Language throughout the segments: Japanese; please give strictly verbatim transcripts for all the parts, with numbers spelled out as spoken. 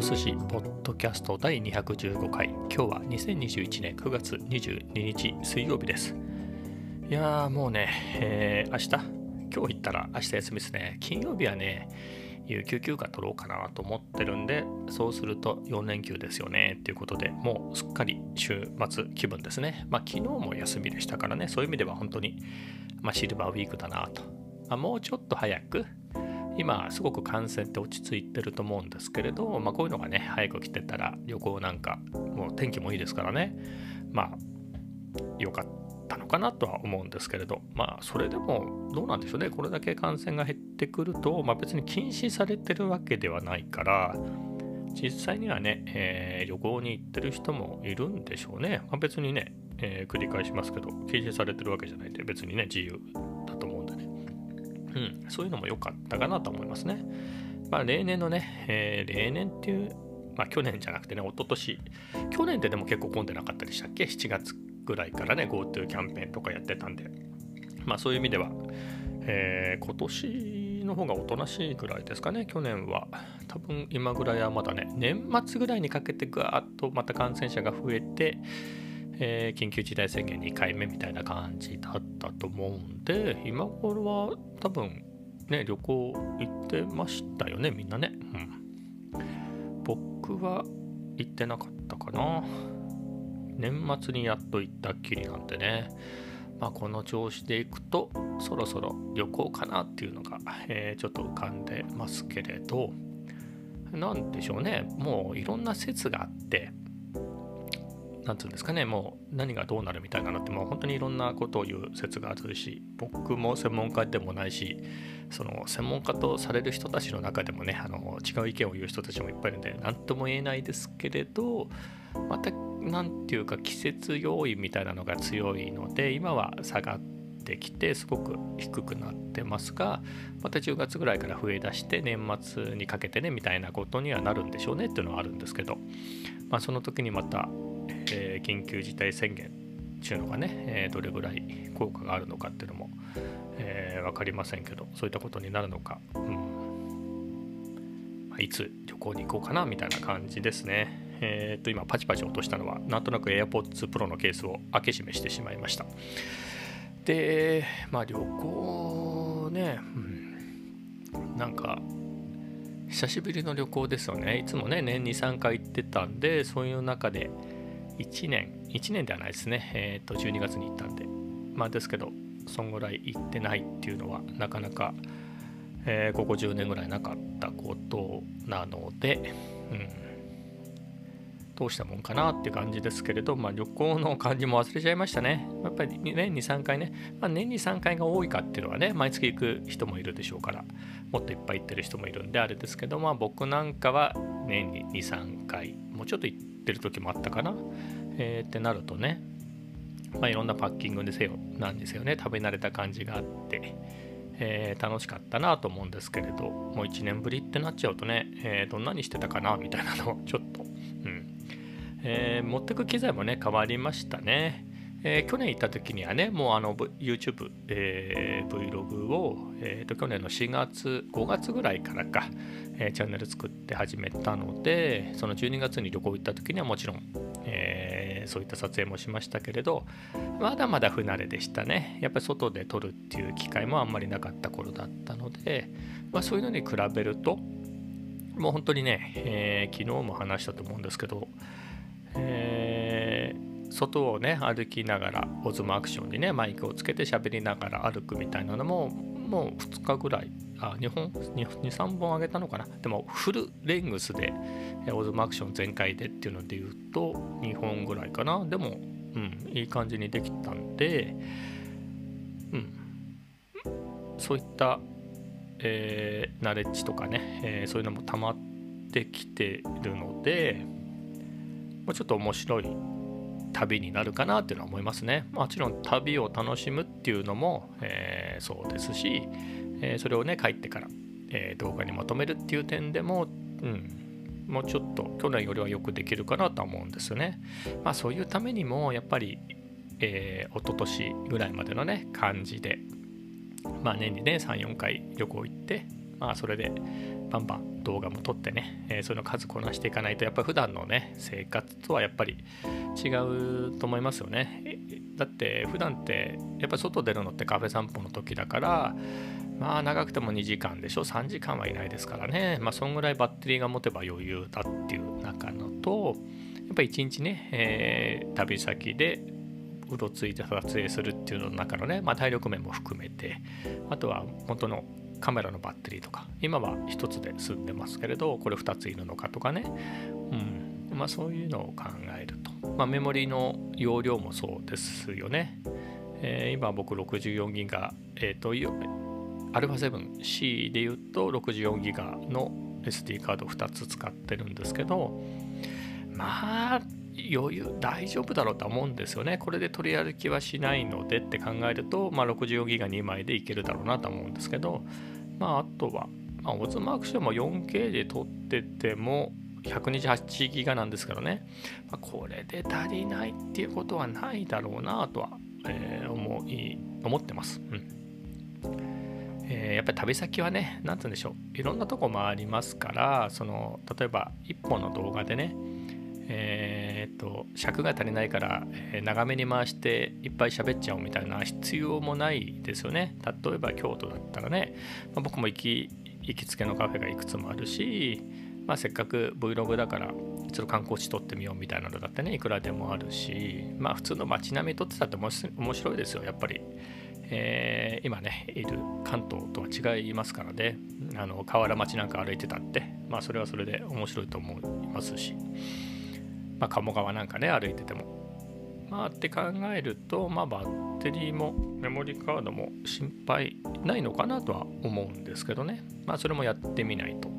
寿司ポッドキャストだいにひゃくじゅうごかい。今日はにせんにじゅういちねんくがつにじゅうににち水曜日です。いやーもうね、えー、明日今日行ったら明日休みですね。金曜日はね有給休暇取ろうかなと思ってるんで、そうするとよんれんきゅうですよねっていうことで、もうすっかり週末気分ですね。まあ昨日も休みでしたからね、そういう意味では本当に、まあ、シルバーウィークだなと、まあ、もうちょっと早く、今すごく感染って落ち着いてると思うんですけれど、まあ、こういうのがね早く来てたら旅行なんかもう天気もいいですからね、まあ良かったのかなとは思うんですけれど、まあそれでもどうなんでしょうね。これだけ感染が減ってくると、まあ、別に禁止されてるわけではないから、実際にはね、えー、旅行に行ってる人もいるんでしょうね。まあ、別にね、えー、繰り返しますけど禁止されてるわけじゃないんで別にね自由だと思うんでね、うん、そういうのも良かったかなと思いますね。まあ例年のね、えー、例年っていう、まあ去年じゃなくてね、一昨年去年ってでも結構混んでなかったでしたっけ？ しち 月ぐらいからね GoTo キャンペーンとかやってたんで、まあそういう意味では、えー、今年の方がおとなしいぐらいですかね。去年は多分今ぐらいはまだね、年末ぐらいにかけてガーッとまた感染者が増えて、えー、緊急事態宣言にかいめみたいな感じだったと思うんで、今頃は多分ね旅行行ってましたよね、みんなね、うん、僕は行ってなかったかな。年末にやっと行ったっきりなんでね、まあこの調子で行くとそろそろ旅行かなっていうのが、えー、ちょっと浮かんでますけれど、なんでしょうね、もういろんな説があって、なんつうんですかね、もう何がどうなるみたいなのってもう本当にいろんなことを言う説があるし、僕も専門家でもないし、その専門家とされる人たちの中でもね、あの違う意見を言う人たちもいっぱいいるんで何とも言えないですけれど、またなんていうか季節要因みたいなのが強いので、今は下がってきてすごく低くなってますが、またじゅうがつぐらいから増え出して年末にかけてねみたいなことにはなるんでしょうねっていうのはあるんですけど、まあその時にまたえー、緊急事態宣言っていうのがね、えー、どれぐらい効果があるのかっていうのも、えー、分かりませんけど、そういったことになるのか、うんまあ、いつ旅行に行こうかなみたいな感じですね。えー、と今パチパチ落としたのはなんとなく AirPods Pro のケースを開け閉めしてしまいました。でまあ旅行ね、うん、なんか久しぶりの旅行ですよね。いつもね年にさんかい行ってたんで、そういう中でいちねんいちねんではないですね、えっとじゅうにがつに行ったんで、まあですけどそんぐらい行ってないっていうのはなかなか、えー、ここじゅうねんぐらいなかったことなので、うん、どうしたもんかなって感じですけれど、まあ旅行の感じも忘れちゃいましたね。やっぱり年にさんかいね、まあ、年にさんかいが多いかっていうのはね、毎月行く人もいるでしょうから、もっといっぱい行ってる人もいるんであれですけど、まあ僕なんかは年ににさんかい、もうちょっと行ってる時もあったかな、えー、ってなるとね、まあいろんなパッキングにせよなんですよね、食べ慣れた感じがあって、えー、楽しかったなと思うんですけれど、もういちねんぶりってなっちゃうとね、えー、どんなにしてたかなみたいなのをちょっと、うんえー、持ってく機材もね変わりましたね。えー、去年行った時にはね、もうあの YouTube、えー、Vlog を、えー、と去年のしがつごがつぐらいからか、えー、チャンネル作って始めたので、そのじゅうにがつに旅行行った時にはもちろん、えー、そういった撮影もしましたけれど、まだまだ不慣れでしたね。やっぱり外で撮るっていう機会もあんまりなかった頃だったので、まあ、そういうのに比べるともう本当にね、えー、昨日も話したと思うんですけど、えー、外をね歩きながらオズモアクションにねマイクをつけて喋りながら歩くみたいなのももうふつかぐらい、あにほんにさんぼんあげたのかな。でもフルレングスでオズモアクション全開でっていうので言うとにほんぐらいかな。でも、うん、いい感じにできたんで、うん、そういった、えー、ナレッジとかね、えー、そういうのも溜まってきてるので、もうちょっと面白い旅になるかなっていうのは思いますね。もちろん旅を楽しむっていうのも、えー、そうですし、えー、それをね帰ってから、えー、動画にまとめるっていう点でも、うん、もうちょっと去年よりはよくできるかなとは思うんですよね。まあそういうためにもやっぱり、えー、一昨年ぐらいまでのね感じで、まあ年にねさん、よんかい旅行行って、 まあそれでバンバン動画も撮ってね、えー、その数こなしていかないとやっぱり普段のね生活とはやっぱり違うと思いますよね。だって普段ってやっぱり外出るのってカフェ散歩の時だから、まあ長くてもにじかんでしょ、さんじかんはいないですからね。まあそんぐらいバッテリーが持てば余裕だっていう中のと、やっぱり一日ね、えー、旅先でうろついて撮影するっていうのの中のね、まあ、体力面も含めて、あとは元のカメラのバッテリーとか、今はひとつで済んでますけれどこれふたついるのかとかね、うんまあ、そういうのを考えると、まあ、メモリの容量もそうですよね。えー、今僕 ろくじゅうよんギガ、えー、と アルファセブンシー で言うと ろくじゅうよんギガの エスディー カードふたつ使ってるんですけど、まあ余裕大丈夫だろうと思うんですよね。これで取り歩きはしないのでって考えると、まあ、ろくじゅうよんギガにまいでいけるだろうなと思うんですけど、まああとは、まあ、オズマークションも よんケー で撮っててもひゃくにじゅうはちギガなんですけどね、まあ、これで足りないっていうことはないだろうなとは、えー、思い思ってます。うんえー、やっぱり旅先はね、なんて言うんでしょう、いろんなとこ回りますから、その例えばいっぽんの動画でね、えー、っと尺が足りないから、えー、長めに回していっぱい喋っちゃおうみたいな必要もないですよね。例えば京都だったらね、まあ、僕も行き行きつけのカフェがいくつもあるし、まあ、せっかく Vlog だからちょっと観光地撮ってみようみたいなのだってね、いくらでもあるし、まあ普通の街並み撮ってたって面白いですよやっぱり。えー、今ねいる関東とは違いますからね、あの河原町なんか歩いてたって、まあそれはそれで面白いと思いますし、まあ、鴨川なんかね歩いててもまあって考えると、まあ、バッテリーもメモリカードも心配ないのかなとは思うんですけどね。まあそれもやってみないと、うん、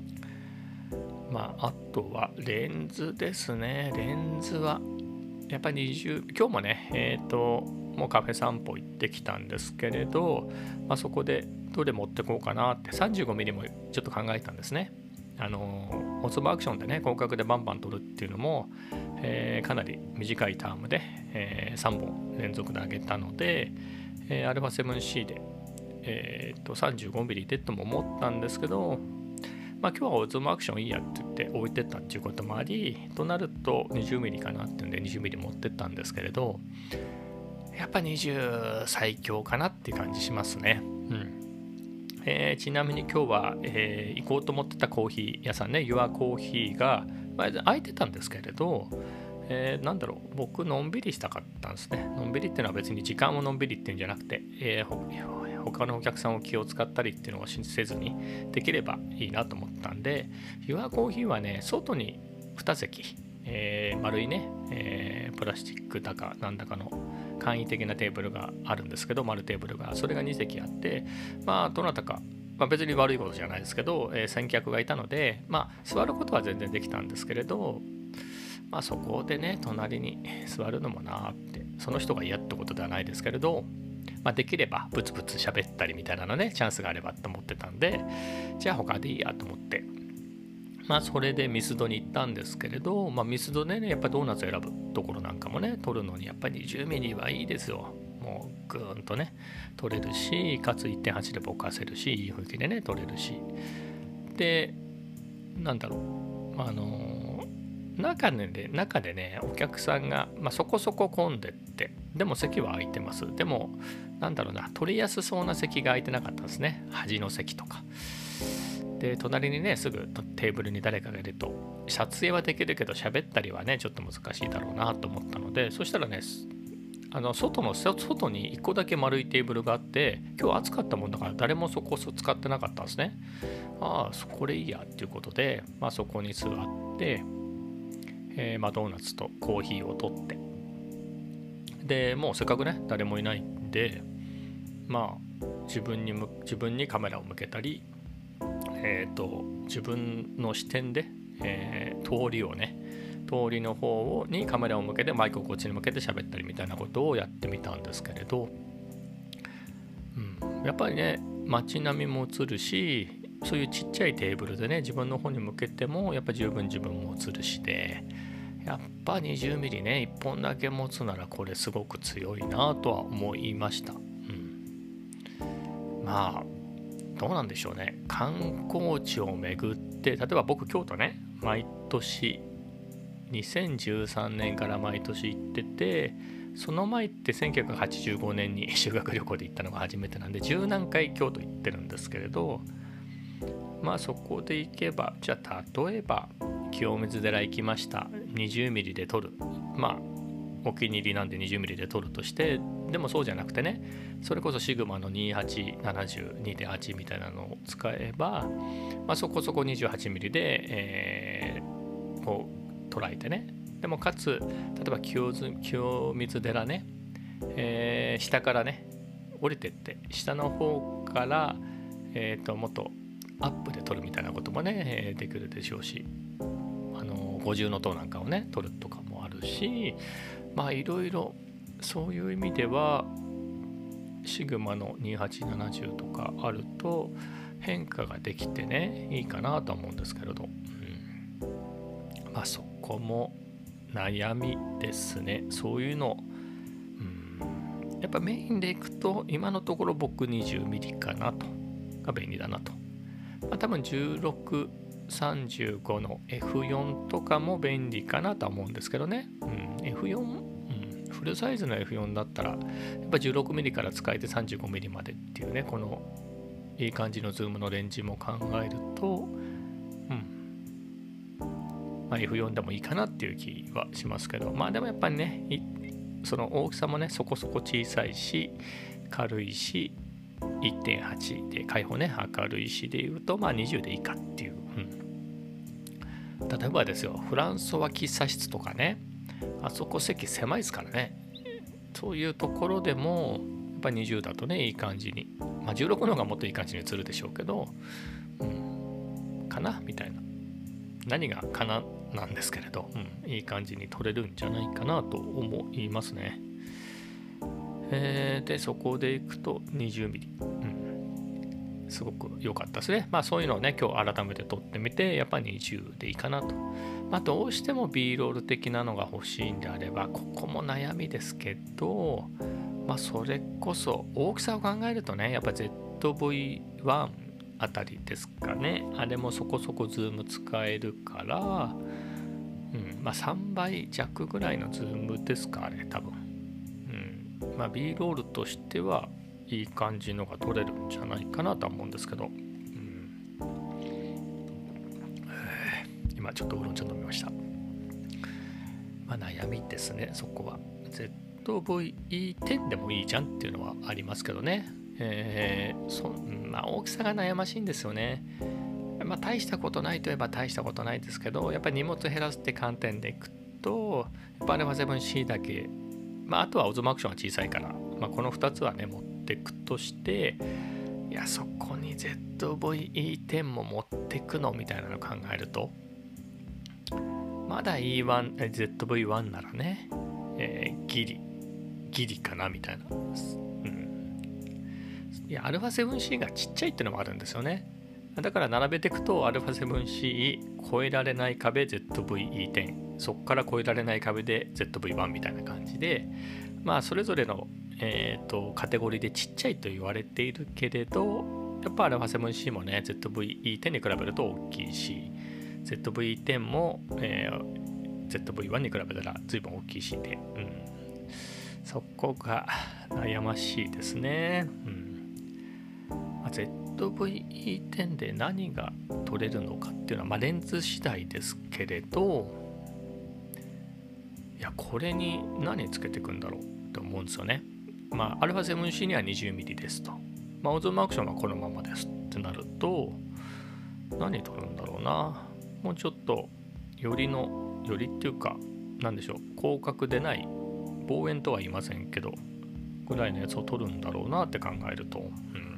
まああとはレンズですね。レンズはやっぱりにじゅう今日もねえっ、ー、ともうカフェ散歩行ってきたんですけれど、まあ、そこでどれ持ってこうかなって さんじゅうごミリ もちょっと考えたんですね。あのオズマアクションでね広角でバンバン撮るっていうのも、えー、かなり短いタームで、えー、さんぼん連続で上げたので、えー、アルファセブンシー で、えー、と さんじゅうごミリ でとも思ったんですけど、まあ、今日はオズマアクションいいやって言って置いてったっていうこともあり、となると にじゅうミリ かなっていうんで にじゅうミリ 持ってったんですけれど、やっぱにじゅう最強かなっていう感じしますね。うんえー、ちなみに今日は、えー、行こうと思ってたコーヒー屋さんね、ユアコーヒーが、まあ、空いてたんですけれど、えー、なんだろう、僕のんびりしたかったんですね。のんびりっていうのは別に時間をのんびりっていうんじゃなくて、えー、他のお客さんを気を使ったりっていうのをせずにできればいいなと思ったんで、ユアコーヒーはね、外にに席、えー、丸いね、えー、プラスチックだかなんだかの簡易的なテーブルがあるんですけど、丸テーブルがそれがに席あって、まあどなたか、まあ、別に悪いことじゃないですけど、えー、先客がいたので、まあ座ることは全然できたんですけれど、まあそこでね隣に座るのもなって、その人が嫌ってことではないですけれど、まあ、できればブツブツ喋ったりみたいなのねチャンスがあればと思ってたんで、じゃあ他でいいやと思って、まあそれでミスドに行ったんですけれど、まあミスドでねやっぱりドーナツ選ぶところなんかもね取るのにやっぱりにじゅうミリはいいですよ。もうグーンとね取れるし、かつ いってんはち でぼかせるし、いい雰囲気でね取れるし、でなんだろう、あの中で中でねお客さんが、まあ、そこそこ混んでって、でも席は空いてます。でもなんだろうな、取りやすそうな席が空いてなかったんですね。端の席とかで、隣にねすぐテーブルに誰かがいると撮影はできるけど喋ったりはねちょっと難しいだろうなと思ったので、そしたらねあの外の外にいっこだけ丸いテーブルがあって、今日暑かったもんだから誰もそこ使ってなかったんですね。ああこれいいやっていうことで、まあ、そこに座って、えーまあ、ドーナツとコーヒーを取って、でもうせっかくね誰もいないんで、まあ自分に自分にカメラを向けたり、えーと自分の視点で、えー、通りをね通りの方にカメラを向けてマイクをこっちに向けて喋ったりみたいなことをやってみたんですけれど、うん、やっぱりね街並みも映るし、そういうちっちゃいテーブルでね自分の方に向けてもやっぱ十分自分も映るしで、やっぱ にじゅうミリ ねいっぽんだけ持つならこれすごく強いなとは思いました。うん、まあどうなんでしょうね、観光地を巡って、例えば僕京都ね、毎年にせんじゅうさんねんから毎年行ってて、その前ってせんきゅうひゃくはちじゅうごねんに修学旅行で行ったのが初めてなんで、十何回京都行ってるんですけれど、まあそこで行けば、じゃあ例えば清水寺行きました、にじゅうミリで撮る、まあお気に入りなんでにじゅうミリで撮るとして、でもそうじゃなくてね、それこそシグマのにじゅうはち、ななじゅう、にてんはち みたいなのを使えば、まあ、そこそこ にじゅうはちミリで、えー、こう捉えてね、でもかつ例えば 清, 清水寺ね、えー、下からね降りてって下の方から、えー、ともっとアップで撮るみたいなこともね、えー、できるでしょうし、あの五重塔なんかをね撮るとかもあるし、まあいろいろそういう意味ではシグマのにじゅうはち、ななじゅうとかあると変化ができてね、いいかなと思うんですけれど、うん、まあそこも悩みですね。そういうの、うん、やっぱメインでいくと今のところ僕 にじゅうミリ かなとが便利だなと、まあ、多分じゅうろく、さんじゅうごの エフよん とかも便利かなとは思うんですけどね、うん、エフよん、うん、フルサイズの エフよん だったらやっぱ じゅうろくミリ から使えて さんじゅうごミリ までっていうね、このいい感じのズームのレンジも考えると、うんまあ、エフよん でもいいかなっていう気はしますけど、まあでもやっぱりね、その大きさもねそこそこ小さいし軽いし いってんはち で開放ね明るいしでいうと、まあにじゅうでいいかっていう、うん、例えばですよ、フランソワ喫茶室とかね、あそこ席狭いですからね、そういうところでもやっぱにじゅうだとねいい感じに、まあじゅうろくの方がもっといい感じに映るでしょうけど、うん、かなみたいな、何がかななんですけれど、うん、いい感じに撮れるんじゃないかなと思いますね。えー、でそこでいくと にじゅうミリ、うん、すごく良かったですね。まあそういうのをね今日改めて撮ってみて、やっぱりにじゅうでいいかなと。まあどうしても B ロール的なのが欲しいんであれば、ここも悩みですけど、まあそれこそ大きさを考えるとね、やっぱ ゼットブイワン あたりですかね。あれもそこそこズーム使えるから、うんまあ、さんばい弱ぐらいのズームですか、あれ多分、うんまあ、B ロールとしてはいい感じのが撮れるんじゃないかなとは思うんですけど、うん、今ちょっとウーロン茶飲みました。まあ悩みですね、そこは。 ゼットブイイーテン でもいいじゃんっていうのはありますけどね、えーそまあ、大きさが悩ましいんですよね。まあ、大したことないといえば大したことないですけど、やっぱり荷物減らすって観点でいくと、やっぱ アルファセブンシー だけ、まあ、あとはオズモアクションが小さいから、まあ、このふたつはね持っていくとして、いやそこに ゼットブイイーテン も持っていくのみたいなのを考えると、まだ イーワン、ゼットブイワン ならね、えー、ギリギリかなみたいな、うん、いや アルファセブンシー がちっちゃいっていうのもあるんですよね。だから並べていくと アルファセブンシー 超えられない壁 ゼットブイイーテン、 そこから超えられない壁で ゼットブイワン みたいな感じで、まあそれぞれの、えー、とカテゴリーでちっちゃいと言われているけれど、やっぱ アルファセブンシー もね ゼットブイイーテン に比べると大きいし、 ゼットブイイーテン も、えー、ゼットブイワン に比べたら随分大きいしで、うん、そこが悩ましいですね。うんまあ、ゼットブイイーテン で何が撮れるのかっていうのは、まあ、レンズ次第ですけれど、いやこれに何つけていくんだろうって思うんですよね。まあ アルファセブンシー には にじゅうミリ ですと、まあ、オズモアクションはこのままですってなると、何撮るんだろうな。もうちょっとよりのよりっていうか、なんでしょう、広角でない、望遠とは言いませんけどぐらいのやつを撮るんだろうなって考えると、うん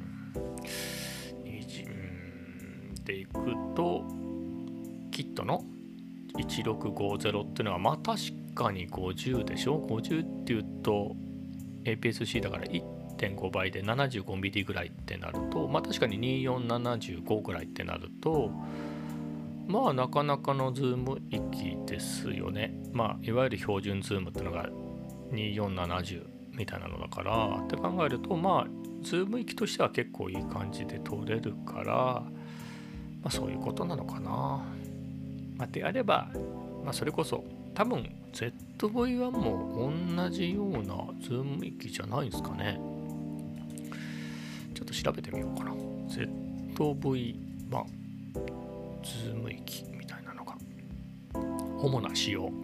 でいくとキットのいちろくごゼロっていうのはまあ確かにごじゅうでしょ。ごじゅうっていうと エーピーエスシー だから いってんご 倍で ななじゅうごミリ ぐらいってなると、まあ確かににじゅうよん、ななじゅうごぐらいってなると、まあなかなかのズーム域ですよね。まあいわゆる標準ズームっていうのがにじゅうよん、ななじゅうみたいなのだからって考えると、まあズーム域としては結構いい感じで撮れるから、まあ、そういうことなのかな。まあ、であれば、まあ、それこそ多分 ゼットブイワン も同じようなズーム域じゃないんですかね。ちょっと調べてみようかな。 ゼットブイワン ズーム域みたいなのが主な仕様。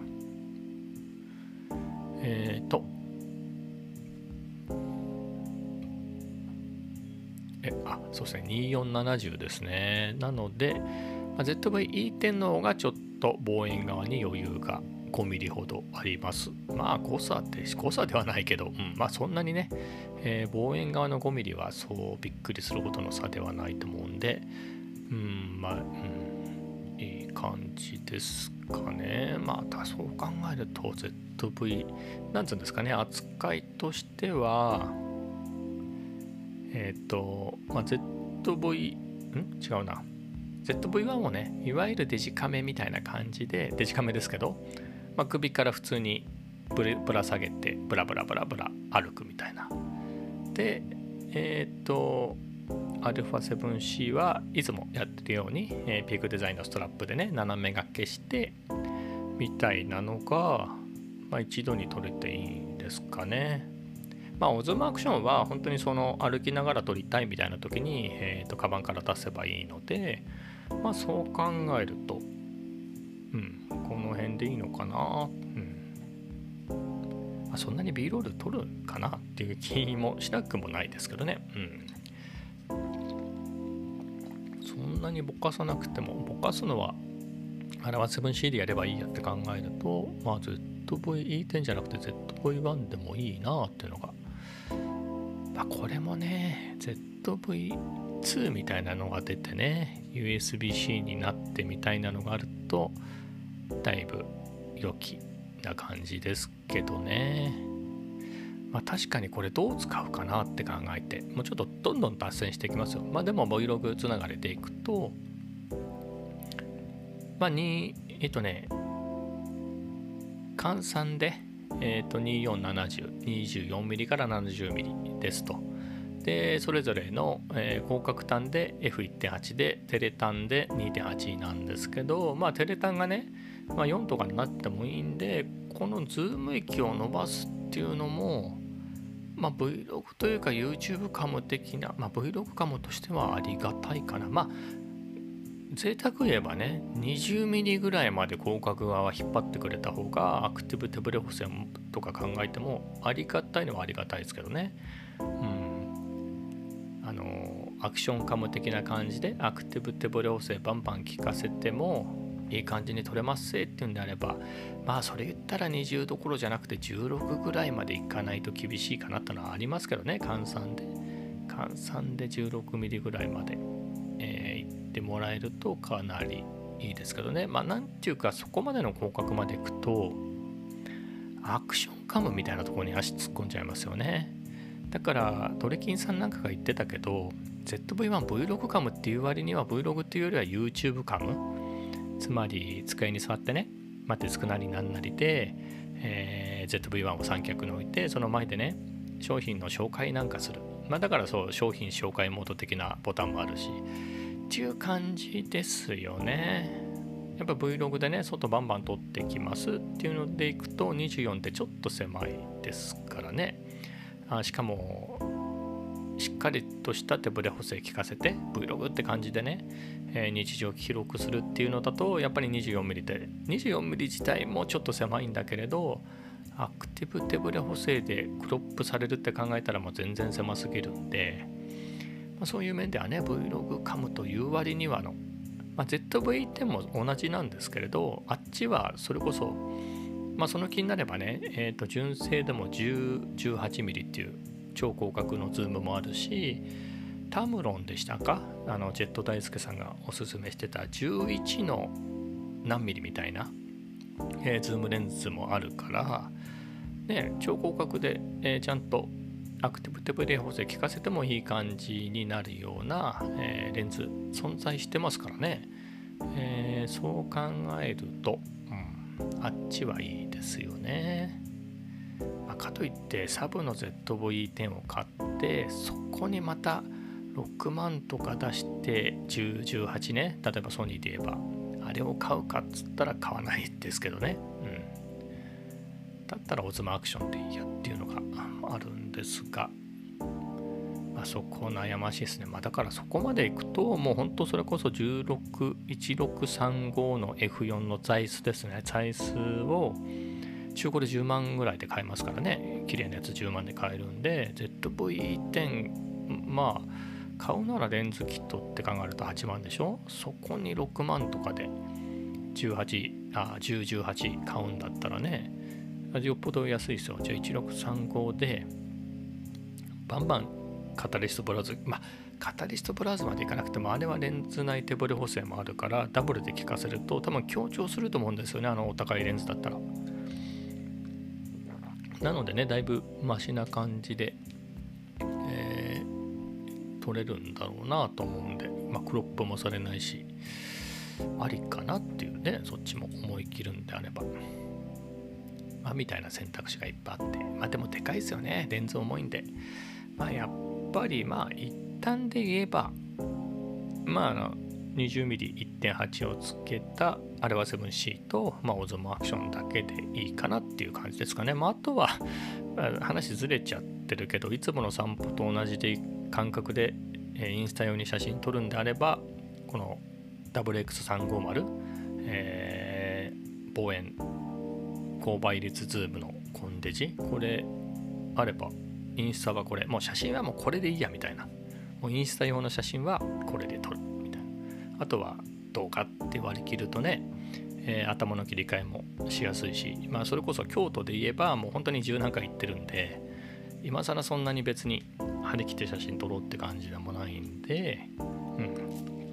えっ、ー、とえあそうですねにせんよんひゃくななじゅうですね。なので、まあ、ゼットブイイーテン の方がちょっと望遠側に余裕がごミリほどあります。まあ誤差って誤差ではないけど、うん、まあそんなにね、えー、望遠側のごミリはそうびっくりするほどの差ではないと思うんで、うんまあ、うん、いい感じですかね。またそう考えると ゼットブイ なんつうんですかね、扱いとしてはえっ、ー、と、まあ、ゼットブイ ん違うな ゼットブイワン もね、いわゆるデジカメみたいな感じで、デジカメですけど、まあ、首から普通にぶら下げてブラブラブラブラ歩くみたいな。でえっ、ー、と アルファセブンシー はいつもやってるように、えー、ピークデザインのストラップでね斜め掛けしてみたいなのが、まあ、一度に撮れていいんですかね。まあオズムアクションは本当にその歩きながら撮りたいみたいな時に、えー、とカバンから出せばいいので、まあそう考えると、うん、この辺でいいのかな。うんまあ、そんなに B ロール撮るかなっていう気もしなくもないですけどね。うん、そんなにぼかさなくても、ぼかすのはアルファセブンシー でやればいいやって考えると、まあ ゼットブイイーテン じゃなくて ゼットブイワン でもいいなっていうのが、まあ、これもね ゼットブイツー みたいなのが出てね ユーエスビーシー になってみたいなのがあるとだいぶ良きな感じですけどね。まあ確かにこれどう使うかなって考えて、もうちょっとどんどん脱線していきますよ。まあでも Vlog つながりでいくと、まあにえっとね換算でえー、とにせんよんひゃくななじゅう、にじゅうよんミリ から ななじゅうミリ ですと。でそれぞれの、えー、広角端で エフいってんはち でテレ端で にてんはち なんですけど、まあテレ端がね、まあ、よんとかになってもいいんで、このズーム域を伸ばすっていうのも、まあ、Vlog というか YouTube カム的な、まあ、Vlog カムとしてはありがたいかな。まあ贅沢言えばね にじゅうミリ ぐらいまで広角側引っ張ってくれた方がアクティブ手ブレ補正とか考えてもありがたいのはありがたいですけどね。うんあのアクションカム的な感じでアクティブ手ブレ補正バンバン効かせてもいい感じに撮れますせっていうんであれば、まあそれ言ったらにじゅうどころじゃなくてじゅうろくぐらいまでいかないと厳しいかなってのはありますけどね。換算で換算で じゅうろくミリ ぐらいまでえー、言ってもらえるとかなりいいですけどね。まあなんていうかそこまでの広角までいくとアクションカムみたいなところに足突っ込んじゃいますよね。だからトレキンさんなんかが言ってたけど ゼットブイワン Vlog カムっていう割には Vlog っていうよりは YouTube カム、つまり机に座ってね、まあ、デスクなりなんなりで、えー、ゼットブイワン を三脚に置いてその前でね商品の紹介なんかする。まあ、だからそう商品紹介モード的なボタンもあるしっていう感じですよね。やっぱ Vlog でね外バンバン撮ってきますっていうのでいくとにじゅうよんってちょっと狭いですからね。あしかもしっかりとした手ブレ補正効かせて Vlog って感じでね、えー、日常記録するっていうのだとやっぱり にじゅうよんミリ で にじゅうよんミリ 自体もちょっと狭いんだけれどアクティブ手ブレ補正でクロップされるって考えたらもう全然狭すぎるんで、まあ、そういう面ではね Vlog カムという割にはの、まあ、ゼットブイテン も同じなんですけれど、あっちはそれこそ、まあ、その気になればね、えー、と純正でも じゅう、じゅうはちミリ っていう超広角のズームもあるし、タムロンでしたか、あのジェット大輔さんがおすすめしてたじゅういちの何ミリみたいな、えー、ズームレンズもあるからね、超広角で、えー、ちゃんとアクティブ手ブレ補正効かせてもいい感じになるような、えー、レンズ存在してますからね、えー、そう考えると、うん、あっちはいいですよね。まあ、かといってサブの ゼットブイテン を買っで、そこにまたろくまんとか出してじゅう、じゅうはちね、例えばソニーで言えばあれを買うかっつったら買わないですけどね、うん、だったらオズマアクションでいいやっていうのがあるんですが、まあ、そこ悩ましいですね。まあ、だからそこまでいくともう本当それこそじゅうろく、いちろくさんごの エフよん の座椅子ですね。座椅子を中古でじゅうまんぐらいで買えますからね。綺麗なやつじゅうまんで買えるんで ゼットブイテン まあ買うならレンズキットって考えるとはちまんでしょ。そこにろくまんとかでじゅうはち、あ、じゅう、じゅうはち買うんだったらね、よっぽど安いですよ。じゃあいちろくさんごでバンバンカタリストブラウズ、まあカタリストブラウズまでいかなくても、あれはレンズ内手ブレ補正もあるからダブルで効かせると多分強調すると思うんですよね、あのお高いレンズだったら。なのでね、だいぶマシな感じで、えー、撮れるんだろうなと思うんで、まあ、クロップもされないしありかなっていうね、そっちも思い切るんであれば、まあ、みたいな選択肢がいっぱいあって、まあでもでかいですよね、レンズ重いんで。まあやっぱりまあ一旦で言えば、まああの にじゅうミリいってんはち をつけたアルファセブンシー と、まあ、オズモアクションだけでいいかなっていう感じですかね。まあ、あとは話ずれちゃってるけど、いつもの散歩と同じで感覚でインスタ用に写真撮るんであれば、この ダブリューエックスさんごまる、えー、望遠高倍率ズームのコンデジ、これあればインスタはこれ、もう写真はもうこれでいいやみたいな、もうインスタ用の写真はこれで撮るみたいな、あとはどうかって割り切るとね、えー、頭の切り替えもしやすいし、まあそれこそ京都で言えばもう本当に十何回行ってるんで、今更そんなに別に張り切って写真撮ろうって感じでもないんで、うん、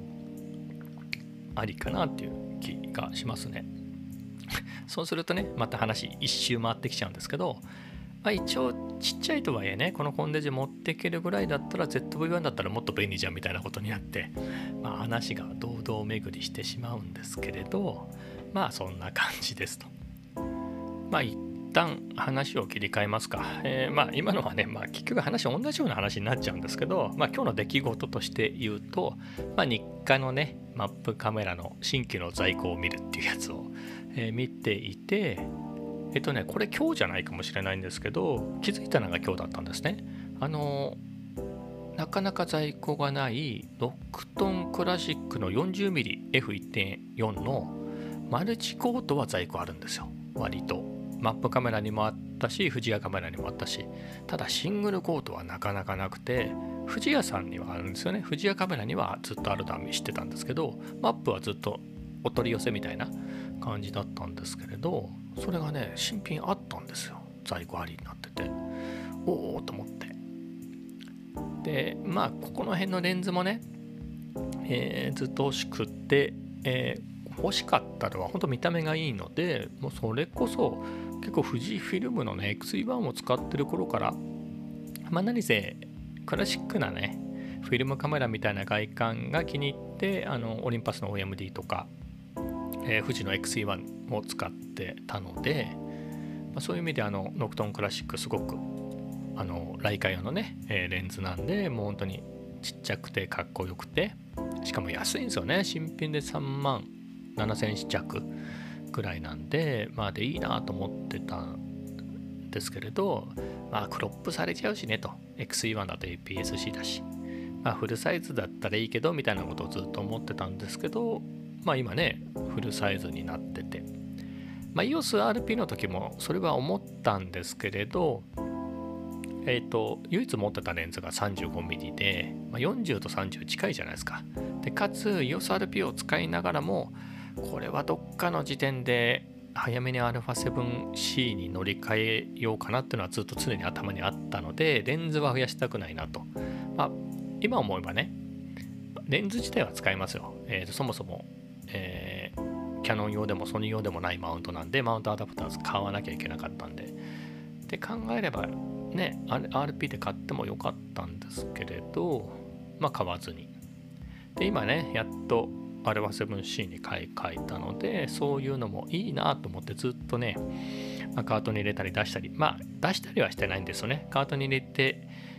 ありかなっていう気がしますね。そうするとね、また話一周回ってきちゃうんですけど、まあ、一応ちっちゃいとはいえね、このコンデジ持っていけるぐらいだったら ゼットブイワン だったらもっと便利じゃんみたいなことになって、まあ、話が堂々巡りしてしまうんですけれど、まあそんな感じですと。まあ一旦話を切り替えますか。えー、まあ今のはね、まあ、結局話同じような話になっちゃうんですけど、まあ今日の出来事として言うと、まあ、日課のねマップカメラの新規の在庫を見るっていうやつを、えー、見ていて、えっとね、これ今日じゃないかもしれないんですけど、気づいたのが今日だったんですね。あのなかなか在庫がないノクトンクラシックの よんじゅうミリエフいってんよん のマルチコートは在庫あるんですよ。割とマップカメラにもあったし、富士屋カメラにもあったし、ただシングルコートはなかなかなくて、富士屋さんにはあるんですよね。富士屋カメラにはずっとあるのは知ってたんですけど、マップはずっとお取り寄せみたいな感じだったんですけれど、それがね新品あったんですよ。在庫ありになってて、おおと思って、でまあここの辺のレンズもね、えー、ずっと欲しくって、えー、欲しかったのは本当見た目がいいので、もうそれこそ結構富士フィルムのね エックスイーワン を使ってる頃から、まあ何せクラシックなねフィルムカメラみたいな外観が気に入って、あのオリンパスの オーエムディー とか、えー、富士の エックスイーワン を使ってたので、まあ、そういう意味であのノクトンクラシックすごくあのライカ用のね、えー、レンズなんで、もう本当にちっちゃくてかっこよくて、しかも安いんですよね。新品でさんまんななせんえん弱くらいなんで、まあでいいなと思ってたんですけれど、まあクロップされちゃうしねと、 エックスイーワン だと エーピーエスシー だし、まあフルサイズだったらいいけどみたいなことをずっと思ってたんですけど、まあ今ねフルサイズになってて、まあ イーオーエスアールピー の時もそれは思ったんですけれど、えっと唯一持ってたレンズが さんじゅうごミリ で、まあ、よんじゅうとさんじゅう近いじゃないですか。でかつ イーオーエスアールピー を使いながらも、これはどっかの時点で早めに アルファセブンシー に乗り換えようかなっていうのはずっと常に頭にあったので、レンズは増やしたくないなと。まあ今思えばね、レンズ自体は使いますよ。えー、とそもそも、えー、キャノン用でもソニー用でもないマウントなんで、マウントアダプター買わなきゃいけなかったんで、って考えればね アールピー で買ってもよかったんですけれど、まあ買わずに、で今ねやっと アルファセブンシー に買い替えたので、そういうのもいいなと思ってずっとね、まあ、カートに入れたり出したり、まあ出したりはしてないんですよね。カートに入れて、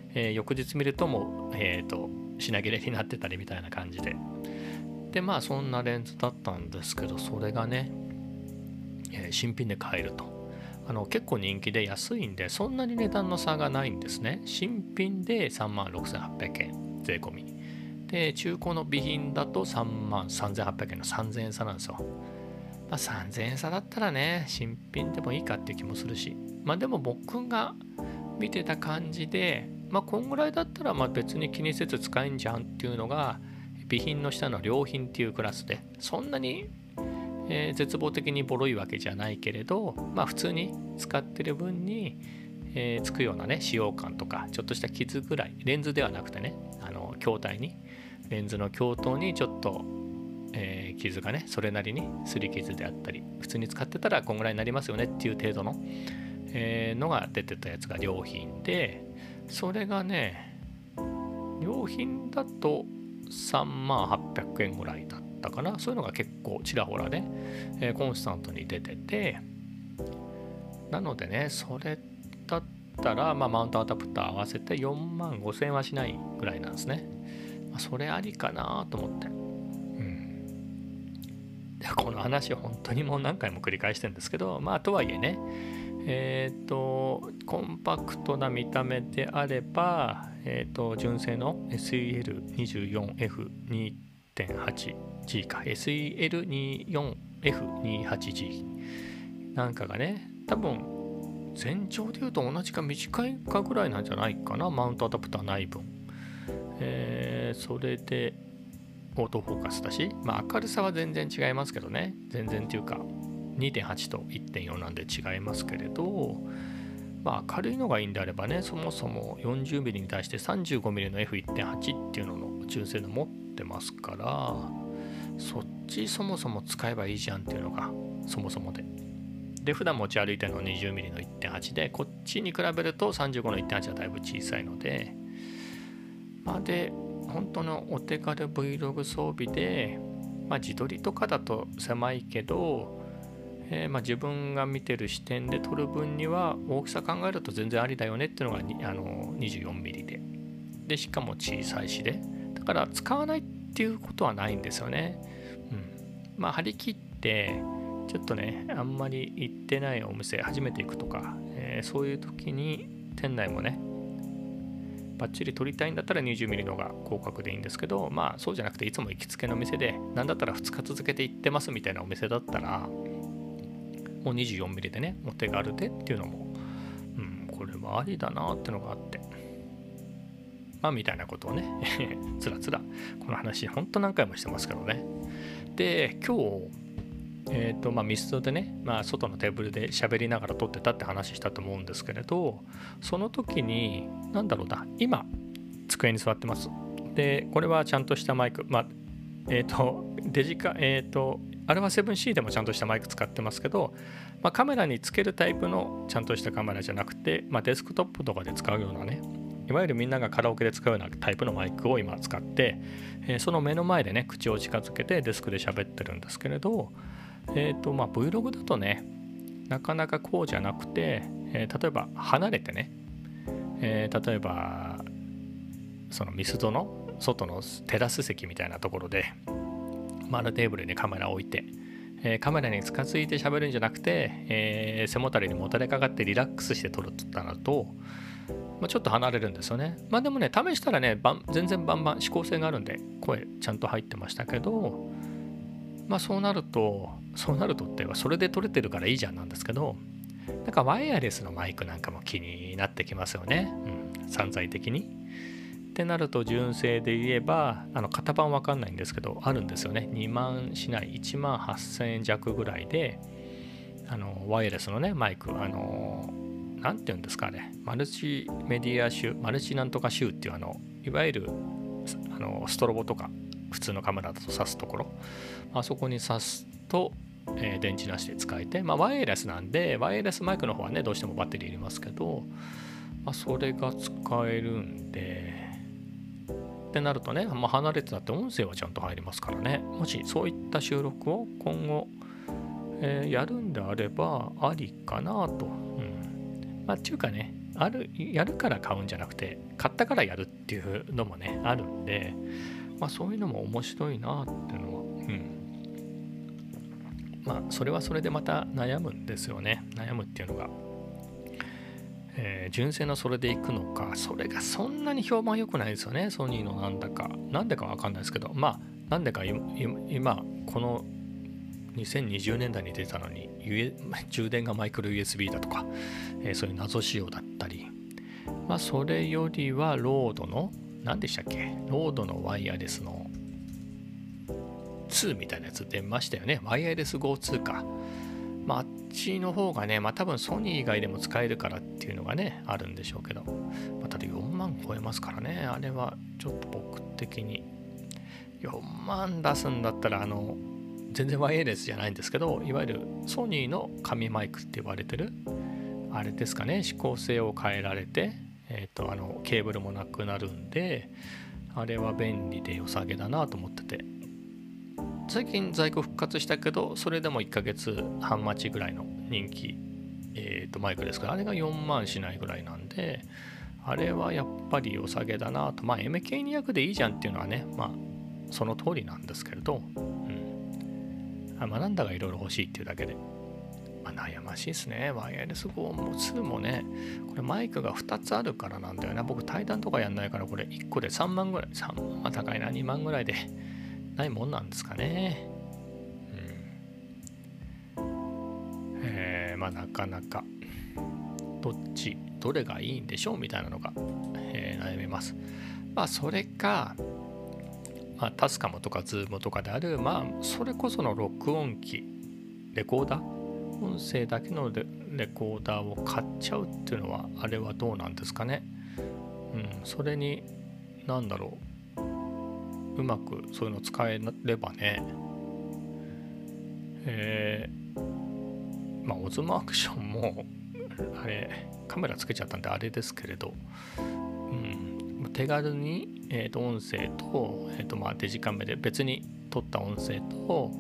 えー、翌日見るともう、えーと、品切れになってたりみたいな感じで。で、まあそんなレンズだったんですけど、それがね、えー、新品で買えると。あの結構人気で安いんで、そんなに値段の差がないんですね。新品でさんまんろくせんはっぴゃくえん税込み。で、中古の備品だとさんまんさんぜんはっぴゃくえんのさんぜんえん差なんですよ。まあ、さんぜんえん差だったらね、新品でもいいかっていう気もするし、まあでも僕が見てた感じで、まあこんぐらいだったらまあ別に気にせず使えんじゃんっていうのが、備品の下の良品っていうクラスで、そんなに、えー、絶望的にボロいわけじゃないけれど、まあ普通に使ってる分に、えー、つくようなね、使用感とか、ちょっとした傷ぐらい、レンズではなくてね、あの筐体に、レンズの鏡頭にちょっと、えー、傷がね、それなりに擦り傷であったり、普通に使ってたらこんぐらいになりますよねっていう程度の、えー、のが出てたやつが良品で、それがね、良品だとさんまんはっぴゃくえんぐらいだったかな。そういうのが結構ちらほらね、えー、コンスタントに出てて、なのでね、それだったら、まあ、マウントアダプター合わせてよんまんごせんえんはしないぐらいなんですね。まあ、それありかなと思って。うん。で、この話を本当にもう何回も繰り返してるんですけど、まあとはいえね、えっ、ー、と、コンパクトな見た目であれば、えっ、ー、と、純正の エスイーエルにじゅうよんエフにてんはちジー か、エスイーエルにじゅうよんエフにじゅうはちジー なんかがね、多分、全長でいうと同じか短いかぐらいなんじゃないかな、マウントアダプターない分。えー、それで、オートフォーカスだし、まあ明るさは全然違いますけどね、全然っていうか、にてんはちと いってんよん なんで違いますけれど、まあ明るいのがいいんであればね、そもそも よんじゅうミリ に対して さんじゅうごミリ の エフいってんはち っていうのの純正の持ってますから、そっちそもそも使えばいいじゃんっていうのがそもそもで。で、普段持ち歩いてるのは にじゅうミリ の いってんはち で、こっちに比べるとさんじゅうごの いってんはち はだいぶ小さいので、まあで、本当のお手軽 Vlog 装備で、まあ自撮りとかだと狭いけど、えー、まあ自分が見てる視点で撮る分には大きさ考えると全然ありだよねっていうのがにあの にじゅうよんミリ で、でしかも小さいしで、だから使わないっていうことはないんですよね。うん、まあ張り切ってちょっとね、あんまり行ってないお店初めて行くとか、えー、そういう時に店内もねバッチリ撮りたいんだったら にじゅうミリ のが広角でいいんですけど、まあそうじゃなくていつも行きつけの店で、なんだったらふつか続けて行ってますみたいなお店だったら、もう にじゅうよんミリ でね、お手軽でっていうのも、うん、これはありだなってのがあって、まあみたいなことをね、つらつら、この話、ほんと何回もしてますけどね。で、今日、えっと、まあミストでね、まあ外のテーブルで喋りながら撮ってたって話したと思うんですけれど、その時に、なんだろうな、今、机に座ってます。で、これはちゃんとしたマイク、まあ、えっと、デジカ、えっと、あれは セブンシー でもちゃんとしたマイク使ってますけど、まあ、カメラにつけるタイプのちゃんとしたカメラじゃなくて、まあ、デスクトップとかで使うようなね、いわゆるみんながカラオケで使うようなタイプのマイクを今使って、えー、その目の前でね、口を近づけてデスクで喋ってるんですけれど、えっと、まあ、Vlog だとね、なかなかこうじゃなくて、えー、例えば離れてね、えー、例えば、そのミスドの外のテラス席みたいなところで、丸テーブルにカメラを置いて、えー、カメラに近づいて喋るんじゃなくて、えー、背もたれにもたれかかってリラックスして撮るってなると、まあ、ちょっと離れるんですよね。まあでもね、試したらね、ばん全然バンバン指向性があるんで、声ちゃんと入ってましたけど、まあそうなると、そうなるとってはそれで撮れてるからいいじゃんなんですけど、なんかワイヤレスのマイクなんかも気になってきますよね。うん、散財的に。ってなると純正で言えば、あの型番わかんないんですけど、あるんですよね。にまんしない、いちまんはっせんえん弱ぐらいで、あのワイヤレスのね、マイク、あの、なんていうんですかね、マルチメディア集、マルチなんとか集っていう、あの、いわゆるあのストロボとか、普通のカメラだと挿すところ、あそこに挿すと、えー、電池なしで使えて、まあ、ワイヤレスなんで、ワイヤレスマイクの方はね、どうしてもバッテリーいりますけど、まあ、それが使えるんで、ってなるとね、まあ、離れてたって音声はちゃんと入りますからね。もしそういった収録を今後、えー、やるんであればありかなと。うん、 まあっていうかね、あるやるから買うんじゃなくて買ったからやるっていうのもねあるんで、まあそういうのも面白いなっていうのは、うん、まあそれはそれでまた悩むんですよね。悩むっていうのが、えー、純正のそれでいくのか、それがそんなに評判良くないですよね、ソニーの。なんだかなんでかわかんないですけど、まあなんでか今、今このにせんにじゅうねんだいに出たのに充電がマイクロ ユーエスビー だとか、えー、そういう謎仕様だったり、まあそれよりはロードの何でしたっけ、ロードのワイヤレスのツーみたいなやつ出ましたよね。ワイヤレス ゴーツー か。まああっちの方がね、まあ多分ソニー以外でも使えるからっていうのがねあるんでしょうけど、まあ、ただよんまん超えますからね。あれはちょっと僕的によんまん出すんだったら、あの全然ワイヤレスじゃないんですけど、いわゆるソニーの紙マイクって言われてるあれですかね、指向性を変えられて、えーと、あのケーブルもなくなるんで、あれは便利で良さげだなと思ってて、最近在庫復活したけど、それでもいっかげつはん待ちぐらいの人気、えーと、マイクですから、あれがよんまんしないぐらいなんで、あれはやっぱり良さげだなと。まあ エムケーにひゃく でいいじゃんっていうのはね、まあその通りなんですけれど、まあ、なんだかいろいろ欲しいっていうだけで、まあ、悩ましいですね。ワイヤレス ゴーツー もね、これマイクがふたつあるからなんだよな。僕対談とかやんないから、これいっこでさんまんぐらい、さんまんは高いな、にまんぐらいでないもんなんですかね。うん、えー、まあなかなかどっちどれがいいんでしょうみたいなのが、えー、悩みます。まあそれか、まあ、タスカムとかズームとかである、まあそれこその録音機、レコーダー、音声だけの レ, レコーダーを買っちゃうっていうのは、あれはどうなんですかね。うん、それに何だろう、うまくそういうの使えればね、えー、まあオズモアクションもあれカメラつけちゃったんであれですけれど、うん、手軽に、えー、と音声と、えーとまあ、デジカメで別に撮った音声と、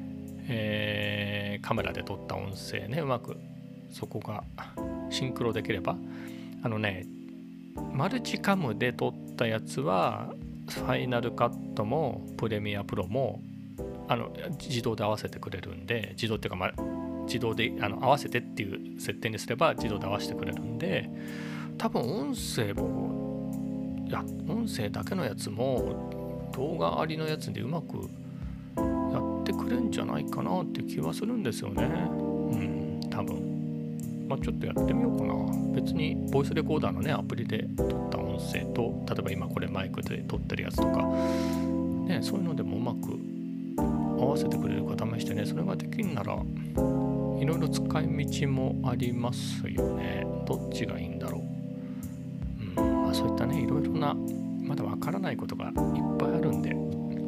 えー、カメラで撮った音声ね、うまくそこがシンクロできれば、あのねマルチカムで撮ったやつはファイナルカットもプレミアプロもあの自動で合わせてくれるんで、自動っていうか、まあ、自動であの合わせてっていう設定にすれば自動で合わせてくれるんで、多分音声もいや音声だけのやつも動画ありのやつでうまくやってくれるんじゃないかなって気はするんですよね。うん、多分。まあちょっとやってみようかな。別にボイスレコーダーのねアプリで撮った音声と、例えば今これマイクで撮ってるやつとか、ね、そういうのでもうまく合わせてくれるか試してね、それができるならいろいろ使い道もありますよね。どっちがいいんだろう。うん、まあ、そういったねいろいろなまだわからないことがいっぱいあるんで、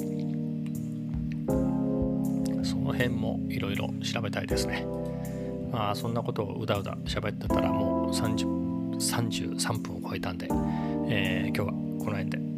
その辺もいろいろ調べたいですね。まあそんなことをうだうだ喋ってたらもうさんじゅう、さんじゅうさんぷんを超えたんで、えー、今日はこの辺で